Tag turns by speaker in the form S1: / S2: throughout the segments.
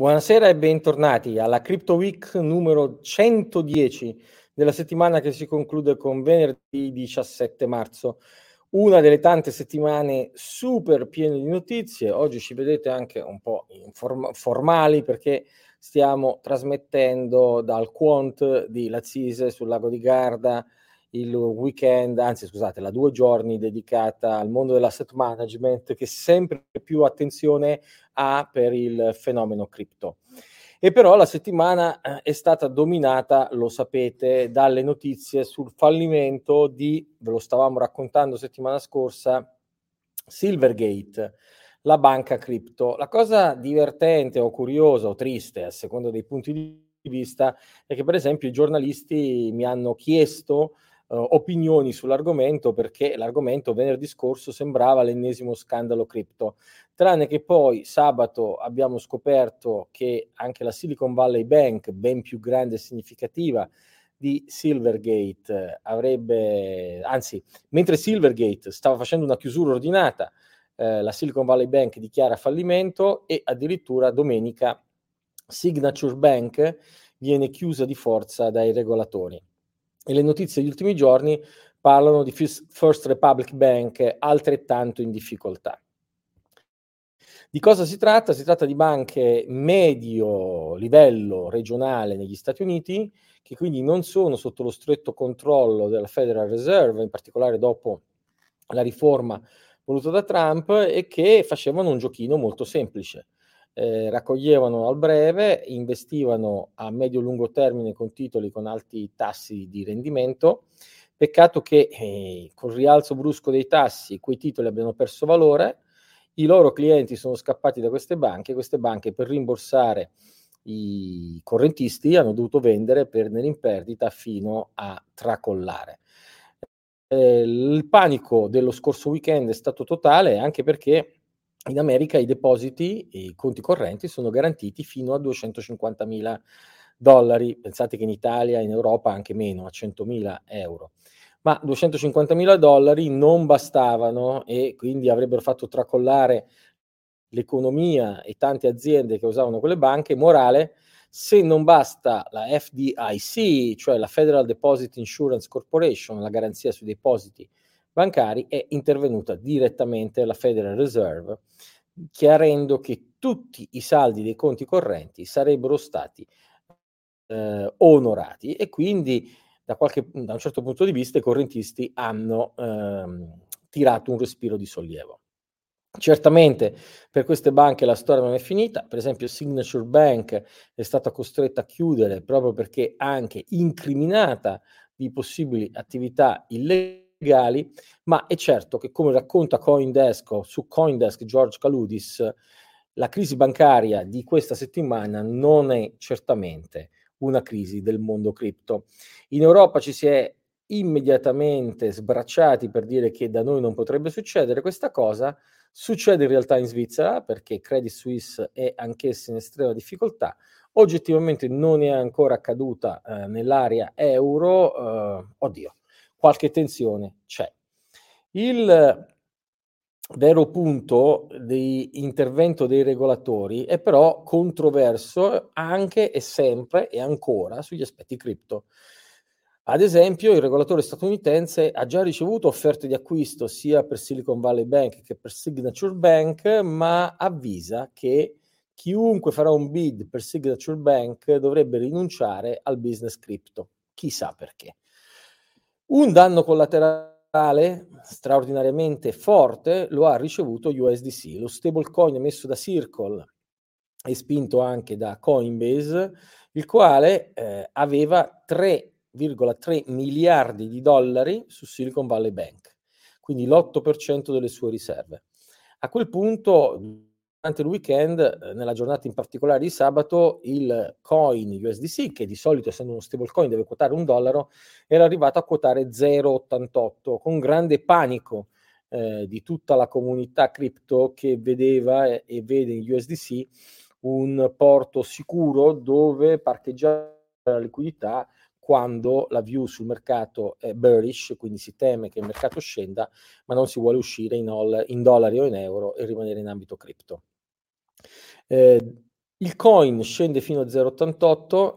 S1: Buonasera e bentornati alla Crypto Week numero 110 della settimana che si conclude con venerdì 17 marzo. Una delle tante settimane super piene di notizie. Oggi ci vedete anche un po' formali perché stiamo trasmettendo dal Quant di Lazise sul lago di Garda il weekend, anzi scusate, la 2 giorni dedicata al mondo dell'asset management che sempre più attenzione ha per il fenomeno cripto. E però la settimana è stata dominata, lo sapete, dalle notizie sul fallimento di, ve lo stavamo raccontando settimana scorsa, Silvergate, la banca cripto. La cosa divertente o curiosa o triste, a seconda dei punti di vista, è che per esempio i giornalisti mi hanno chiesto opinioni sull'argomento perché l'argomento venerdì scorso sembrava l'ennesimo scandalo cripto, tranne che poi sabato abbiamo scoperto che anche la Silicon Valley Bank, ben più grande e significativa di Silvergate, mentre Silvergate stava facendo una chiusura ordinata, la Silicon Valley Bank dichiara fallimento e addirittura domenica Signature Bank viene chiusa di forza dai regolatori. E le notizie degli ultimi giorni parlano di First Republic Bank altrettanto in difficoltà. Di cosa si tratta? Si tratta di banche medio livello regionale negli Stati Uniti, che quindi non sono sotto lo stretto controllo della Federal Reserve, in particolare dopo la riforma voluta da Trump, e che facevano un giochino molto semplice. Raccoglievano al breve, investivano a medio-lungo termine con titoli con alti tassi di rendimento. Peccato che col rialzo brusco dei tassi quei titoli abbiano perso valore, i loro clienti sono scappati da queste banche per rimborsare i correntisti hanno dovuto vendere per tenere in perdita fino a tracollare. Il panico dello scorso weekend è stato totale anche perché in America i depositi e i conti correnti sono garantiti fino a $250.000. Pensate che in Italia e in Europa anche meno, a €100.000. Ma $250.000 non bastavano e quindi avrebbero fatto tracollare l'economia e tante aziende che usavano quelle banche. Morale, se non basta la FDIC, cioè la Federal Deposit Insurance Corporation, la garanzia sui depositi bancari, è intervenuta direttamente la Federal Reserve, chiarendo che tutti i saldi dei conti correnti sarebbero stati onorati e quindi da un certo punto di vista i correntisti hanno tirato un respiro di sollievo. Certamente per queste banche la storia non è finita, per esempio Signature Bank è stata costretta a chiudere proprio perché anche incriminata di possibili attività illegali, ma è certo che come racconta CoinDesk o su CoinDesk George Kaludis, la crisi bancaria di questa settimana non è certamente una crisi del mondo cripto. In Europa ci si è immediatamente sbracciati per dire che da noi non potrebbe succedere questa cosa. Succede in realtà in Svizzera perché Credit Suisse è anch'essa in estrema difficoltà. Oggettivamente non è ancora accaduta nell'area euro, qualche tensione c'è. Il vero punto di intervento dei regolatori è però controverso anche e sempre e ancora sugli aspetti cripto. Ad esempio, il regolatore statunitense ha già ricevuto offerte di acquisto sia per Silicon Valley Bank che per Signature Bank, ma avvisa che chiunque farà un bid per Signature Bank dovrebbe rinunciare al business cripto. Chissà perché. Un danno collaterale straordinariamente forte lo ha ricevuto USDC, lo stablecoin emesso da Circle e spinto anche da Coinbase, il quale aveva 3,3 miliardi di dollari su Silicon Valley Bank, quindi l'8% delle sue riserve. A quel punto, durante il weekend, nella giornata in particolare di sabato, il coin USDC, che di solito essendo uno stablecoin deve quotare $1, era arrivato a quotare 0,88, con grande panico di tutta la comunità cripto che vedeva e vede in USDC un porto sicuro dove parcheggiare la liquidità quando la view sul mercato è bearish, quindi si teme che il mercato scenda, ma non si vuole uscire in dollari o in euro e rimanere in ambito cripto. Il coin scende fino a 0,88,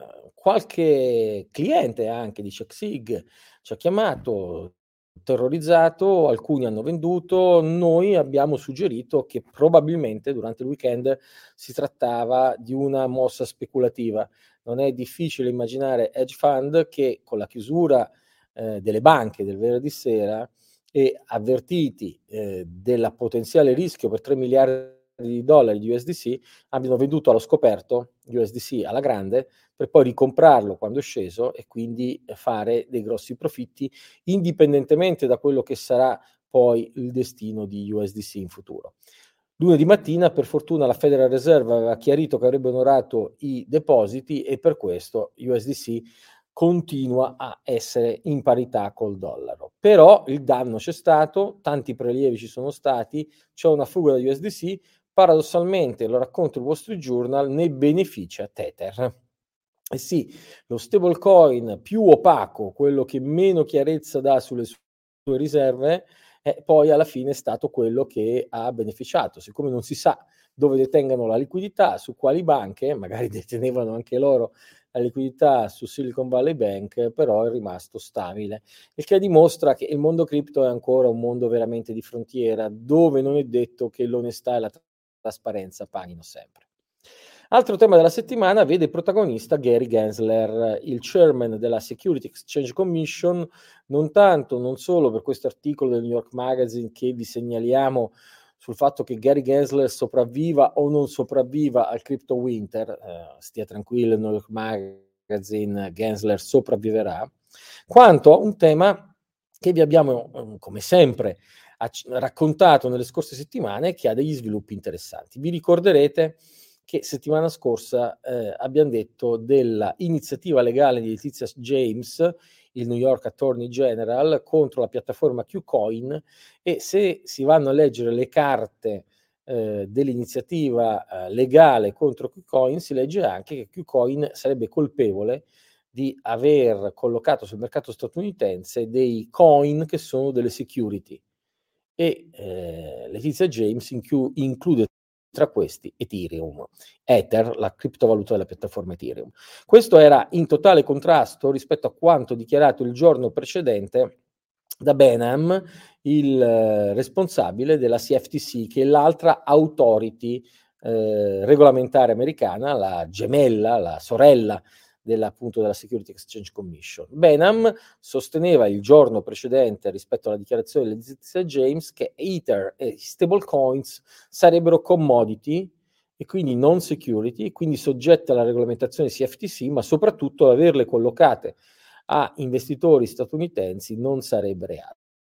S1: qualche cliente anche di CheckSig ci ha chiamato, terrorizzato, alcuni hanno venduto, noi abbiamo suggerito che probabilmente durante il weekend si trattava di una mossa speculativa. Non è difficile immaginare hedge fund che con la chiusura delle banche del venerdì sera e avvertiti della potenziale rischio per 3 miliardi di dollari di USDC abbiano venduto allo scoperto USDC alla grande per poi ricomprarlo quando è sceso e quindi fare dei grossi profitti indipendentemente da quello che sarà poi il destino di USDC in futuro. Lunedì mattina, per fortuna, la Federal Reserve aveva chiarito che avrebbe onorato i depositi e per questo USDC continua a essere in parità col dollaro. Però il danno c'è stato, tanti prelievi ci sono stati, c'è una fuga da USDC, paradossalmente, lo racconta il Wall Street Journal, ne beneficia Tether. Eh sì, lo stablecoin più opaco, quello che meno chiarezza dà sulle sue riserve, poi alla fine è stato quello che ha beneficiato. Siccome non si sa dove detengano la liquidità, su quali banche, magari detenevano anche loro la liquidità su Silicon Valley Bank, però è rimasto stabile, il che dimostra che il mondo cripto è ancora un mondo veramente di frontiera, dove non è detto che l'onestà e la trasparenza paghino sempre. Altro tema della settimana vede protagonista Gary Gensler, il chairman della Security Exchange Commission, non solo per questo articolo del New York Magazine che vi segnaliamo sul fatto che Gary Gensler sopravviva o non sopravviva al Crypto Winter, stia tranquillo, il New York Magazine, Gensler sopravviverà, quanto un tema che vi abbiamo, come sempre, raccontato nelle scorse settimane che ha degli sviluppi interessanti. Vi ricorderete che settimana scorsa abbiamo detto della iniziativa legale di Letizia James, il New York Attorney General, contro la piattaforma Qcoin, e se si vanno a leggere le carte dell'iniziativa legale contro Qcoin si legge anche che Qcoin sarebbe colpevole di aver collocato sul mercato statunitense dei coin che sono delle security e Letizia James include tra questi Ethereum, Ether, la criptovaluta della piattaforma Ethereum. Questo era in totale contrasto rispetto a quanto dichiarato il giorno precedente da Benham, il responsabile della CFTC, che è l'altra authority regolamentare americana, la gemella, la sorella appunto della Security Exchange Commission. Benham sosteneva il giorno precedente rispetto alla dichiarazione di Letizia James che Ether e stablecoins sarebbero commodity e quindi non security, quindi soggette alla regolamentazione CFTC, ma soprattutto averle collocate a investitori statunitensi non sarebbe reato.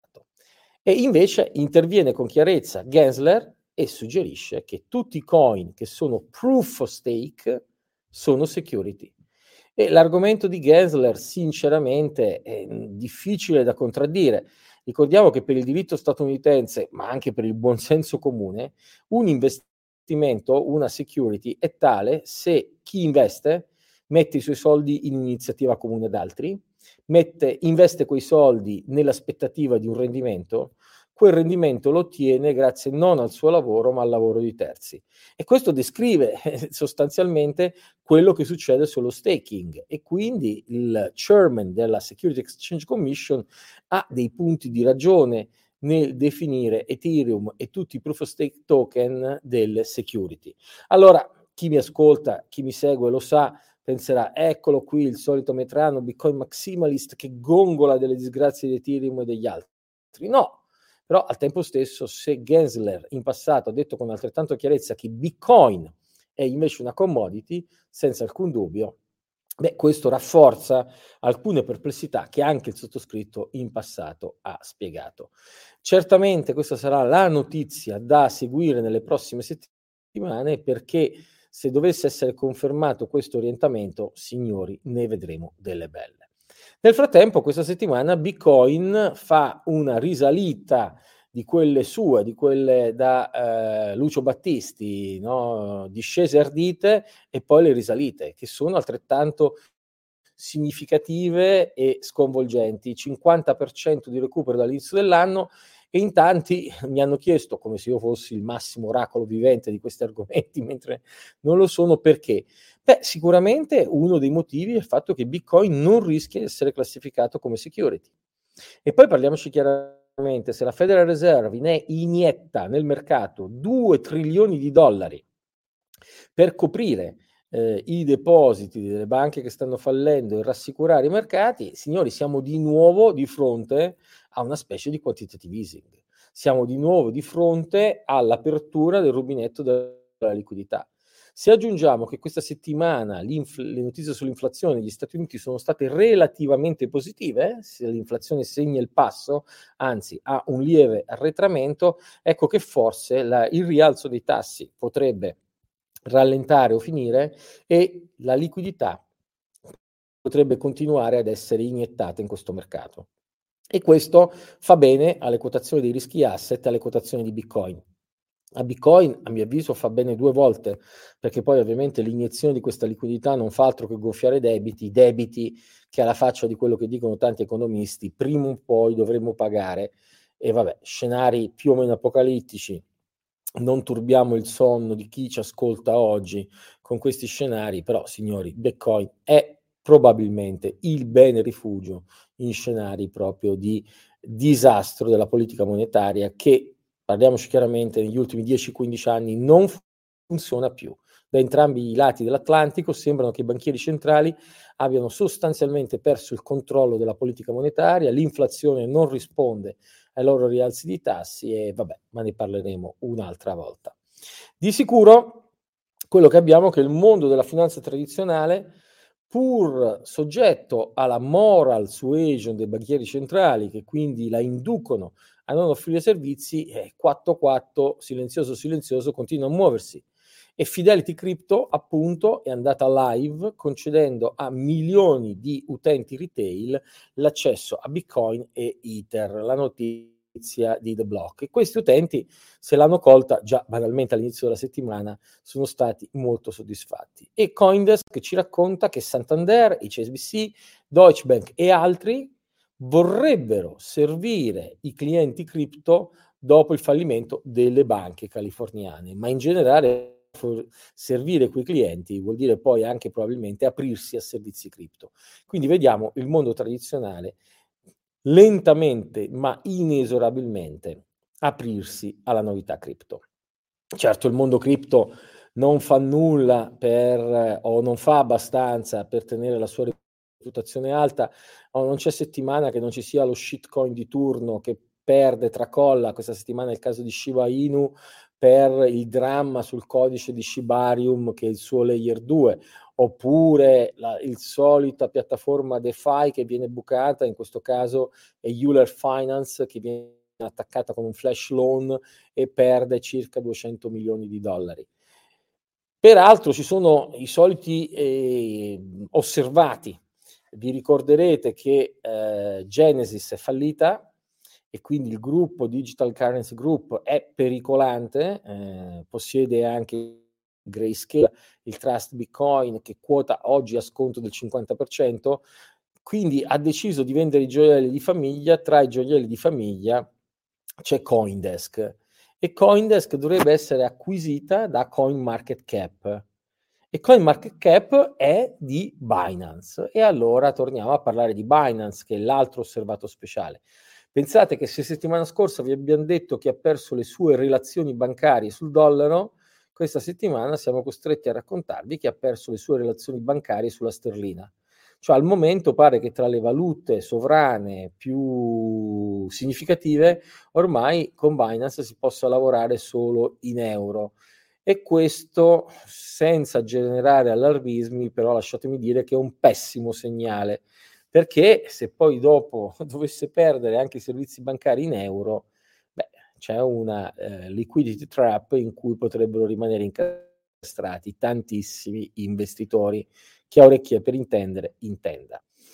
S1: E invece interviene con chiarezza Gensler e suggerisce che tutti i coin che sono proof of stake sono security. E l'argomento di Gensler sinceramente è difficile da contraddire. Ricordiamo che per il diritto statunitense, ma anche per il buonsenso comune, un investimento, una security è tale se chi investe mette i suoi soldi in un'iniziativa comune ad altri, investe quei soldi nell'aspettativa di un rendimento, quel rendimento lo ottiene grazie non al suo lavoro ma al lavoro di terzi. E questo descrive sostanzialmente quello che succede sullo staking e quindi il chairman della Security Exchange Commission ha dei punti di ragione nel definire Ethereum e tutti i proof of stake token delle security. Allora, chi mi ascolta, chi mi segue lo sa, penserà, eccolo qui il solito Metrano, Bitcoin maximalist che gongola delle disgrazie di Ethereum e degli altri. No, però al tempo stesso se Gensler in passato ha detto con altrettanto chiarezza che Bitcoin è invece una commodity, senza alcun dubbio, questo rafforza alcune perplessità che anche il sottoscritto in passato ha spiegato. Certamente questa sarà la notizia da seguire nelle prossime settimane perché se dovesse essere confermato questo orientamento, signori, ne vedremo delle belle. Nel frattempo, questa settimana Bitcoin fa una risalita di quelle sue, di quelle da Lucio Battisti, no? Discese ardite e poi le risalite, che sono altrettanto significative e sconvolgenti. 50% di recupero dall'inizio dell'anno E in tanti mi hanno chiesto, come se io fossi il massimo oracolo vivente di questi argomenti, mentre non lo sono, perché? Beh, sicuramente uno dei motivi è il fatto che Bitcoin non rischia di essere classificato come security. E poi parliamoci chiaramente, se la Federal Reserve ne inietta nel mercato 2 trilioni di dollari per coprire i depositi delle banche che stanno fallendo e rassicurare i mercati, signori, siamo di nuovo di fronte a una specie di quantitative easing. Siamo di nuovo di fronte all'apertura del rubinetto della liquidità. Se aggiungiamo che questa settimana le notizie sull'inflazione negli Stati Uniti sono state relativamente positive, se l'inflazione segna il passo, anzi ha un lieve arretramento, ecco che forse il rialzo dei tassi potrebbe rallentare o finire e la liquidità potrebbe continuare ad essere iniettata in questo mercato. E questo fa bene alle quotazioni dei rischi asset, alle quotazioni di Bitcoin. A Bitcoin, a mio avviso, fa bene 2 volte, perché poi ovviamente l'iniezione di questa liquidità non fa altro che gonfiare debiti che alla faccia di quello che dicono tanti economisti, prima o poi dovremmo pagare. E vabbè, scenari più o meno apocalittici, non turbiamo il sonno di chi ci ascolta oggi con questi scenari, però signori, Bitcoin è probabilmente il bene rifugio in scenari proprio di disastro della politica monetaria che, parliamoci chiaramente, negli ultimi 10-15 anni non funziona più. Da entrambi i lati dell'Atlantico sembrano che i banchieri centrali abbiano sostanzialmente perso il controllo della politica monetaria, l'inflazione non risponde ai loro rialzi di tassi e vabbè, ma ne parleremo un'altra volta. Di sicuro quello che abbiamo è che il mondo della finanza tradizionale, pur soggetto alla moral suasion dei banchieri centrali, che quindi la inducono a non offrire servizi, 4-4, silenzioso silenzioso, continua a muoversi. E Fidelity Crypto, appunto, è andata live concedendo a milioni di utenti retail l'accesso a Bitcoin e Ether, la notizia di The Block. E questi utenti, se l'hanno colta già banalmente all'inizio della settimana, sono stati molto soddisfatti. E Coindesk ci racconta che Santander, HSBC, Deutsche Bank e altri vorrebbero servire i clienti cripto dopo il fallimento delle banche californiane, ma in generale servire quei clienti vuol dire poi anche probabilmente aprirsi a servizi cripto. Quindi vediamo il mondo tradizionale lentamente ma inesorabilmente aprirsi alla novità cripto. Certo, il mondo cripto non fa nulla o non fa abbastanza per tenere la sua reputazione alta, non c'è settimana che non ci sia lo shitcoin di turno che perde, tracolla. Questa settimana è il caso di Shiba Inu per il dramma sul codice di Shibarium, che è il suo layer 2, oppure il solita piattaforma DeFi che viene bucata, in questo caso è Euler Finance che viene attaccata con un flash loan e perde circa 200 milioni di dollari. Peraltro ci sono i soliti osservati. Vi ricorderete che Genesis è fallita e quindi il gruppo Digital Currency Group è pericolante, possiede anche Grayscale, il Trust Bitcoin che quota oggi a sconto del 50%, quindi ha deciso di vendere i gioielli di famiglia. Tra i gioielli di famiglia c'è Coindesk e Coindesk dovrebbe essere acquisita da CoinMarketCap e CoinMarketCap è di Binance. E allora torniamo a parlare di Binance, che è l'altro osservato speciale. Pensate che se settimana scorsa vi abbiamo detto che ha perso le sue relazioni bancarie sul dollaro, questa settimana siamo costretti a raccontarvi che ha perso le sue relazioni bancarie sulla sterlina. Cioè al momento pare che tra le valute sovrane più significative ormai con Binance si possa lavorare solo in euro. E questo, senza generare allarmismi, però lasciatemi dire che è un pessimo segnale, perché se poi dopo dovesse perdere anche i servizi bancari in euro, beh, c'è una liquidity trap in cui potrebbero rimanere incastrati tantissimi investitori. Chi ha orecchie per intendere, intenda.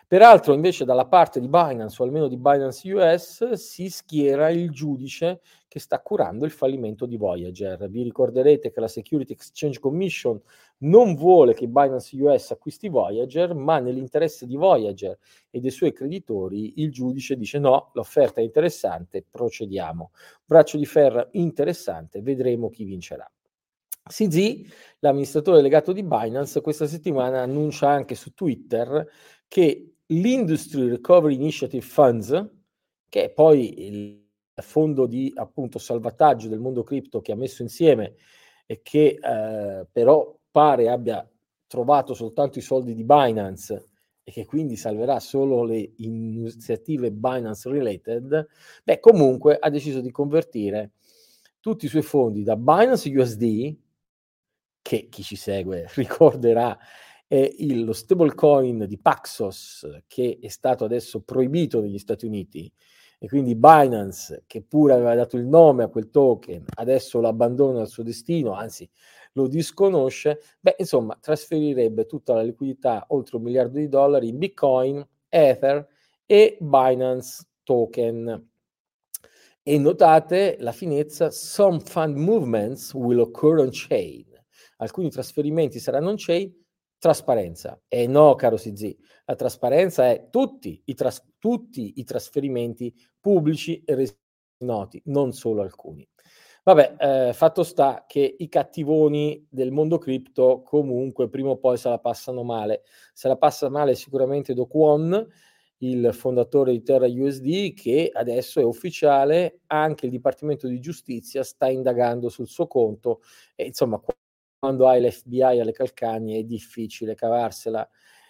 S1: Peraltro invece dalla parte di Binance, o almeno di Binance US, si schiera il giudice che sta curando il fallimento di Voyager. Vi ricorderete che la Security Exchange Commission non vuole che Binance US acquisti Voyager, ma nell'interesse di Voyager e dei suoi creditori il giudice dice no, l'offerta è interessante, procediamo. Braccio di ferro interessante, vedremo chi vincerà. CZ, l'amministratore delegato di Binance, questa settimana annuncia anche su Twitter che l'Industry Recovery Initiative Funds, che è poi il fondo di appunto salvataggio del mondo cripto che ha messo insieme e che però pare abbia trovato soltanto i soldi di Binance e che quindi salverà solo le iniziative Binance related, beh comunque ha deciso di convertire tutti i suoi fondi da Binance USD, che chi ci segue ricorderà è lo stablecoin di Paxos che è stato adesso proibito negli Stati Uniti e quindi Binance, che pure aveva dato il nome a quel token, adesso lo abbandona al suo destino, anzi lo disconosce, beh insomma trasferirebbe tutta la liquidità, oltre $1 miliardo in Bitcoin, Ether e Binance token. E notate la finezza, some fund movements will occur on chain. Alcuni trasferimenti saranno on chain, trasparenza. E no, caro CZ, la trasparenza è tutti i trasferimenti pubblici e resi noti, non solo alcuni. Vabbè, fatto sta che i cattivoni del mondo cripto comunque prima o poi se la passano male. Se la passa male sicuramente Do Kwon, il fondatore di Terra USD, che adesso è ufficiale, anche il Dipartimento di Giustizia sta indagando sul suo conto e insomma quando hai l'FBI alle calcagna è difficile cavarsela.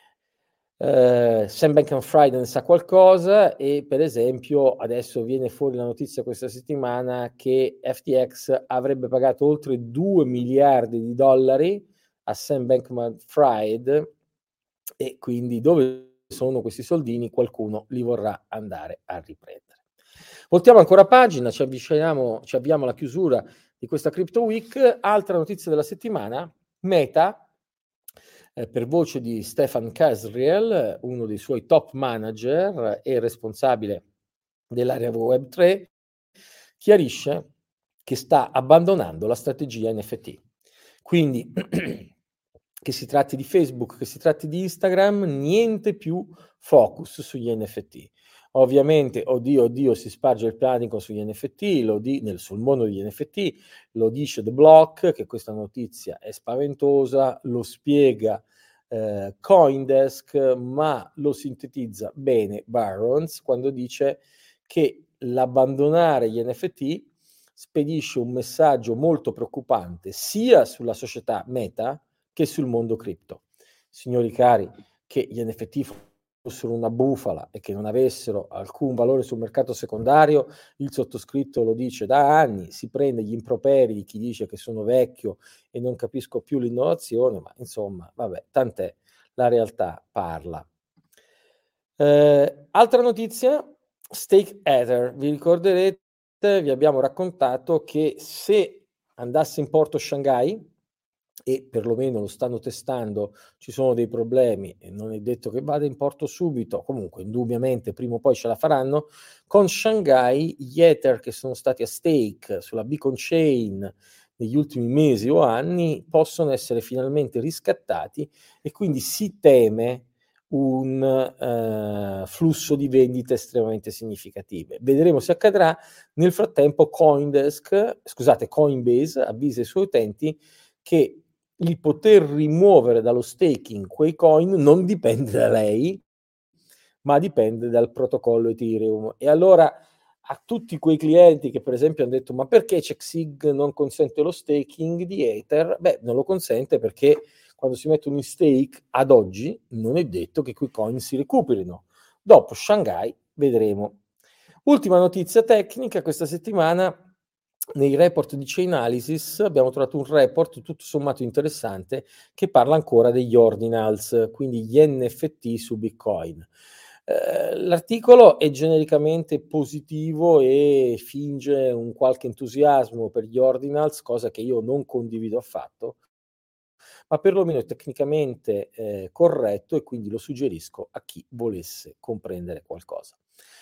S1: Sam Bankman-Fried ne sa qualcosa e per esempio adesso viene fuori la notizia questa settimana che FTX avrebbe pagato oltre $2 miliardi a Sam Bankman-Fried e quindi dove sono questi soldini qualcuno li vorrà andare a riprendere. Voltiamo ancora pagina, ci avviamo alla chiusura di questa Crypto Week. Altra notizia della settimana, Meta, per voce di Stefan Kasriel, uno dei suoi top manager e responsabile dell'area Web3, chiarisce che sta abbandonando la strategia NFT. Quindi che si tratti di Facebook, che si tratti di Instagram, niente più focus sugli NFT. Ovviamente, oddio, si sparge il panico sugli NFT, sul mondo degli NFT, lo dice The Block, che questa notizia è spaventosa, lo spiega Coindesk, ma lo sintetizza bene Barron's quando dice che l'abbandonare gli NFT spedisce un messaggio molto preoccupante sia sulla società Meta che sul mondo cripto. Signori cari, che gli NFT fossero una bufala e che non avessero alcun valore sul mercato secondario, il sottoscritto lo dice da anni, si prende gli improperi di chi dice che sono vecchio e non capisco più l'innovazione, ma insomma, vabbè, tant'è, la realtà parla. Altra notizia, Stake Ether, vi ricorderete, vi abbiamo raccontato che se andasse in porto Shanghai, e perlomeno lo stanno testando, ci sono dei problemi e non è detto che vada in porto subito, comunque indubbiamente prima o poi ce la faranno, con Shanghai gli Ether che sono stati a stake sulla Beacon Chain negli ultimi mesi o anni possono essere finalmente riscattati e quindi si teme un flusso di vendite estremamente significative. Vedremo se accadrà. Nel frattempo Coinbase avvisa i suoi utenti che il poter rimuovere dallo staking quei coin non dipende da lei, ma dipende dal protocollo Ethereum. E allora a tutti quei clienti che per esempio hanno detto ma perché CheckSig non consente lo staking di Ether? Beh, non lo consente perché quando si mettono in stake ad oggi non è detto che quei coin si recuperino. Dopo Shanghai vedremo. Ultima notizia tecnica questa settimana. Nei report di Chainalysis abbiamo trovato un report tutto sommato interessante che parla ancora degli ordinals, quindi gli NFT su Bitcoin. L'articolo è genericamente positivo e finge un qualche entusiasmo per gli ordinals, cosa che io non condivido affatto, ma perlomeno è tecnicamente corretto, e quindi lo suggerisco a chi volesse comprendere qualcosa.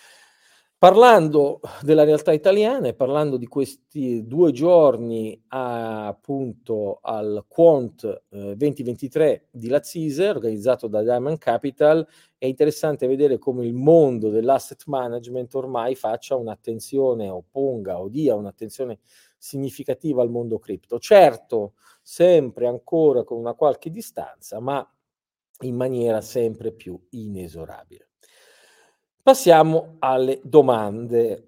S1: Parlando della realtà italiana e parlando di questi 2 giorni appunto al Quant 2023 di Lazize, organizzato da Diamond Capital, è interessante vedere come il mondo dell'asset management ormai faccia un'attenzione, o ponga o dia un'attenzione significativa al mondo cripto. Certo, sempre ancora con una qualche distanza, ma in maniera sempre più inesorabile. Passiamo alle domande.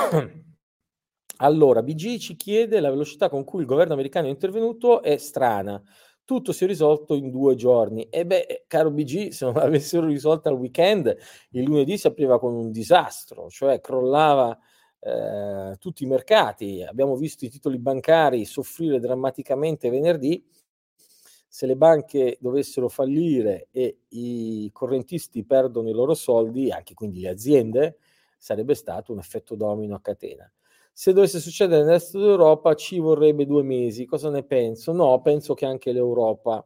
S1: Allora, BG ci chiede: la velocità con cui il governo americano è intervenuto è strana. Tutto si è risolto in 2 giorni. E beh, caro BG, se non l'avessero risolta al weekend, il lunedì si apriva con un disastro, cioè crollava tutti i mercati. Abbiamo visto i titoli bancari soffrire drammaticamente venerdì. Se le banche dovessero fallire e i correntisti perdono i loro soldi, anche quindi le aziende, sarebbe stato un effetto domino a catena. Se dovesse succedere nel resto d'Europa ci vorrebbe 2 mesi. Cosa ne penso? No, penso che anche l'Europa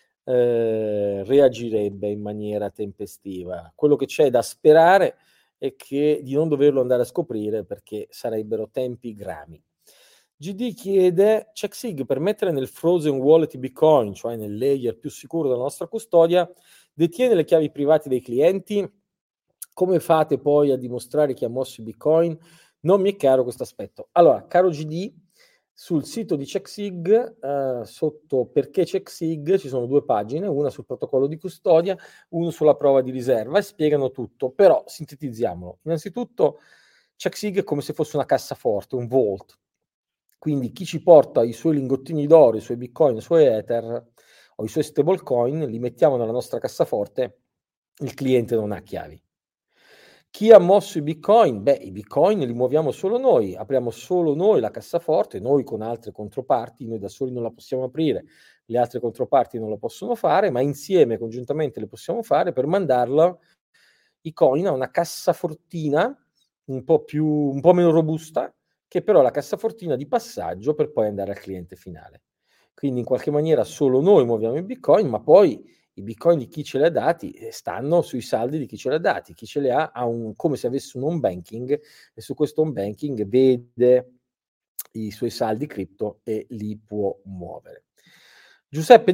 S1: reagirebbe in maniera tempestiva. Quello che c'è da sperare è che di non doverlo andare a scoprire, perché sarebbero tempi grami. GD chiede: CheckSig per mettere nel frozen wallet i Bitcoin, cioè nel layer più sicuro della nostra custodia, detiene le chiavi private dei clienti? Come fate poi a dimostrare chi ha mosso i Bitcoin? Non mi è chiaro questo aspetto. Allora, caro GD, sul sito di CheckSig, sotto perché CheckSig, ci sono 2 pagine, una sul protocollo di custodia, una sulla prova di riserva, e spiegano tutto, però sintetizziamolo. Innanzitutto, CheckSig è come se fosse una cassaforte, un vault. Quindi chi ci porta i suoi lingottini d'oro, i suoi Bitcoin, i suoi Ether o i suoi stablecoin, li mettiamo nella nostra cassaforte, il cliente non ha chiavi. Chi ha mosso i Bitcoin? Beh, i Bitcoin li muoviamo solo noi, apriamo solo noi la cassaforte, noi con altre controparti, noi da soli non la possiamo aprire, le altre controparti non lo possono fare, ma insieme, congiuntamente le possiamo fare per mandarla, i coin, a una cassafortina un po' meno robusta, che però è la cassafortina di passaggio per poi andare al cliente finale. Quindi in qualche maniera solo noi muoviamo i Bitcoin, ma poi i Bitcoin di chi ce li ha dati stanno sui saldi di chi ce li ha dati. Chi ce li ha come se avesse un home banking, e su questo home banking vede i suoi saldi cripto e li può muovere. Giuseppe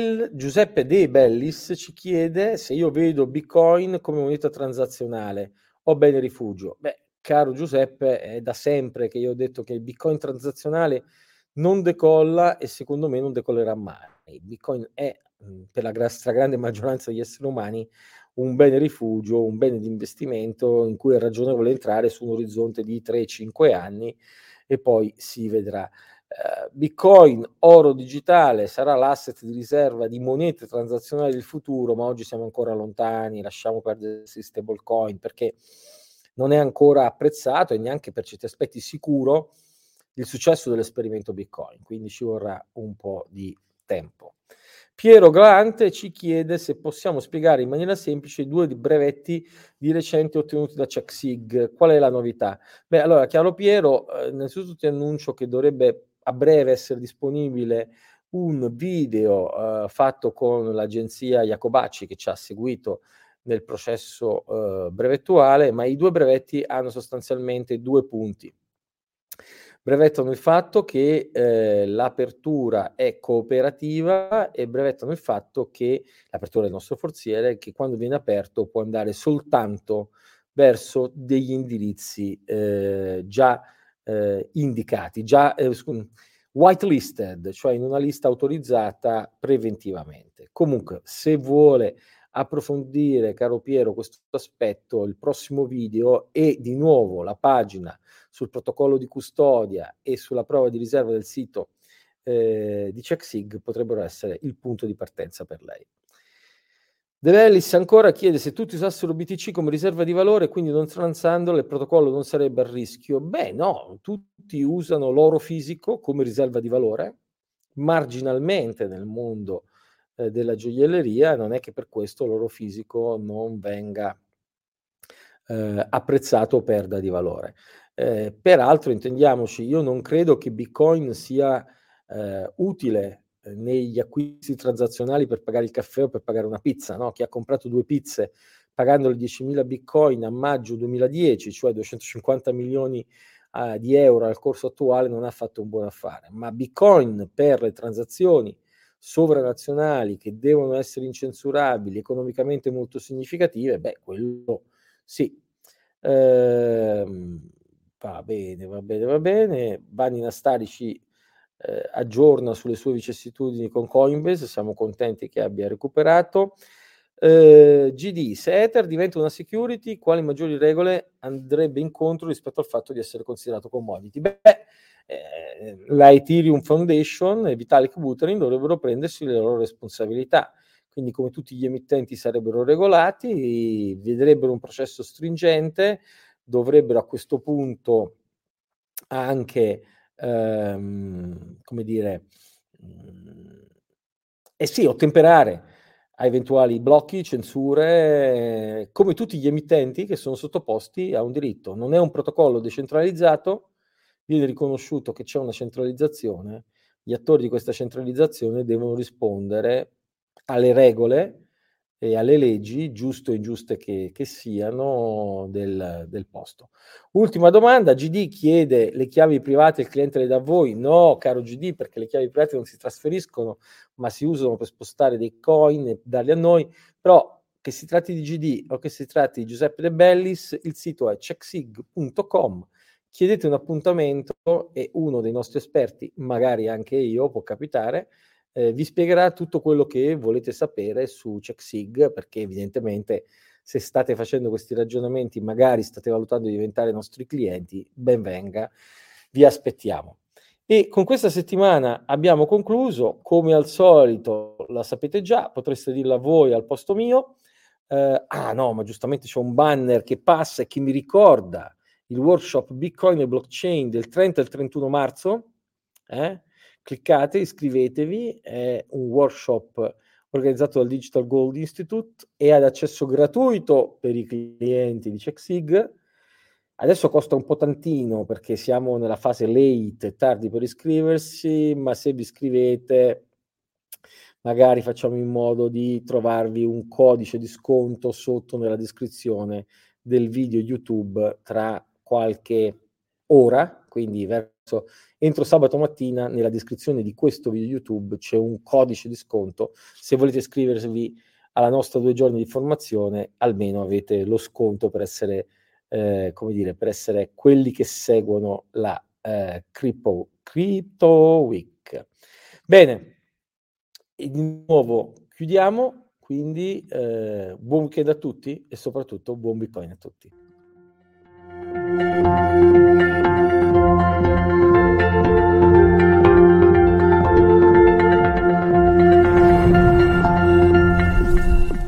S1: De Bellis ci chiede se io vedo Bitcoin come moneta transazionale o bene rifugio. Beh, caro Giuseppe, è da sempre che io ho detto che il Bitcoin transazionale non decolla, e secondo me non decollerà mai. Il Bitcoin è, per la stragrande maggioranza degli esseri umani, un bene rifugio, un bene di investimento in cui è ragionevole entrare su un orizzonte di 3-5 anni, e poi si vedrà. Bitcoin, oro digitale, sarà l'asset di riserva di monete transazionali del futuro, ma oggi siamo ancora lontani, lasciamo perdere questi stablecoin, perché non è ancora apprezzato e neanche per certi aspetti sicuro il successo dell'esperimento Bitcoin, quindi ci vorrà un po' di tempo. Piero Galante ci chiede se possiamo spiegare in maniera semplice i 2 brevetti di recente ottenuti da CheckSig. Qual è la novità? Beh, allora, caro Piero, innanzitutto ti annuncio che dovrebbe a breve essere disponibile un video fatto con l'agenzia Jacobacci, che ci ha seguito nel processo brevettuale, ma i 2 brevetti hanno sostanzialmente 2 punti. Brevettano il fatto che l'apertura è cooperativa, e brevettano il fatto che l'apertura del nostro forziere, che quando viene aperto può andare soltanto verso degli indirizzi già indicati, già whitelisted, cioè in una lista autorizzata preventivamente. Comunque, se vuole approfondire, caro Piero, questo aspetto, il prossimo video e di nuovo la pagina sul protocollo di custodia e sulla prova di riserva del sito di CheckSig potrebbero essere il punto di partenza per lei. De Bellis ancora chiede se tutti usassero BTC come riserva di valore, quindi non transandolo, il protocollo non sarebbe a rischio. Beh, no, tutti usano l'oro fisico come riserva di valore, marginalmente nel mondo della gioielleria. Non è che per questo l'oro fisico non venga apprezzato o perda di valore. Peraltro, intendiamoci, io non credo che Bitcoin sia utile negli acquisti transazionali per pagare il caffè o per pagare una pizza, no? Chi ha comprato 2 pizze pagando le 10.000 bitcoin a maggio 2010, cioè 250 milioni di euro al corso attuale, non ha fatto un buon affare. Ma bitcoin per le transazioni sovranazionali che devono essere incensurabili, economicamente molto significative, beh, quello sì. Va bene, va bene, va bene. Bani Nastari ci aggiorna sulle sue vicissitudini con Coinbase, siamo contenti che abbia recuperato. GD, se Ether diventa una security, quali maggiori regole andrebbe incontro rispetto al fatto di essere considerato commodity? Beh, la Ethereum Foundation e Vitalik Buterin dovrebbero prendersi le loro responsabilità. Quindi, come tutti gli emittenti sarebbero regolati, vedrebbero un processo stringente, dovrebbero a questo punto anche, come dire, sì, ottemperare a eventuali blocchi, censure, come tutti gli emittenti che sono sottoposti a un diritto. Non è un protocollo decentralizzato, viene riconosciuto che c'è una centralizzazione, gli attori di questa centralizzazione devono rispondere alle regole e alle leggi, giuste o ingiuste che siano, del posto. Ultima domanda, GD chiede le chiavi private, il cliente le dà a voi? No, caro GD, perché le chiavi private non si trasferiscono, ma si usano per spostare dei coin e darli a noi, però che si tratti di GD o che si tratti di Giuseppe De Bellis, il sito è checksig.com, chiedete un appuntamento e uno dei nostri esperti, magari anche io, può capitare, vi spiegherà tutto quello che volete sapere su CheckSig, perché evidentemente se state facendo questi ragionamenti, magari state valutando di diventare nostri clienti, ben venga, vi aspettiamo. E con questa settimana abbiamo concluso, come al solito, la sapete già, potreste dirla voi al posto mio. No, ma giustamente c'è un banner che passa e che mi ricorda il workshop Bitcoin e Blockchain del 30 al 31 marzo. Cliccate, iscrivetevi, è un workshop organizzato dal Digital Gold Institute e ad accesso gratuito per i clienti di CheckSig. Adesso costa un po' tantino perché siamo nella fase late, tardi per iscriversi, ma se vi iscrivete magari facciamo in modo di trovarvi un codice di sconto sotto nella descrizione del video YouTube tra qualche ora, quindi entro sabato mattina nella descrizione di questo video YouTube c'è un codice di sconto. Se volete iscrivervi alla nostra 2 giorni di formazione, almeno avete lo sconto per essere, come dire, per essere quelli che seguono la Crypto Week. Bene, e di nuovo chiudiamo, quindi buon weekend a tutti e soprattutto buon Bitcoin a tutti.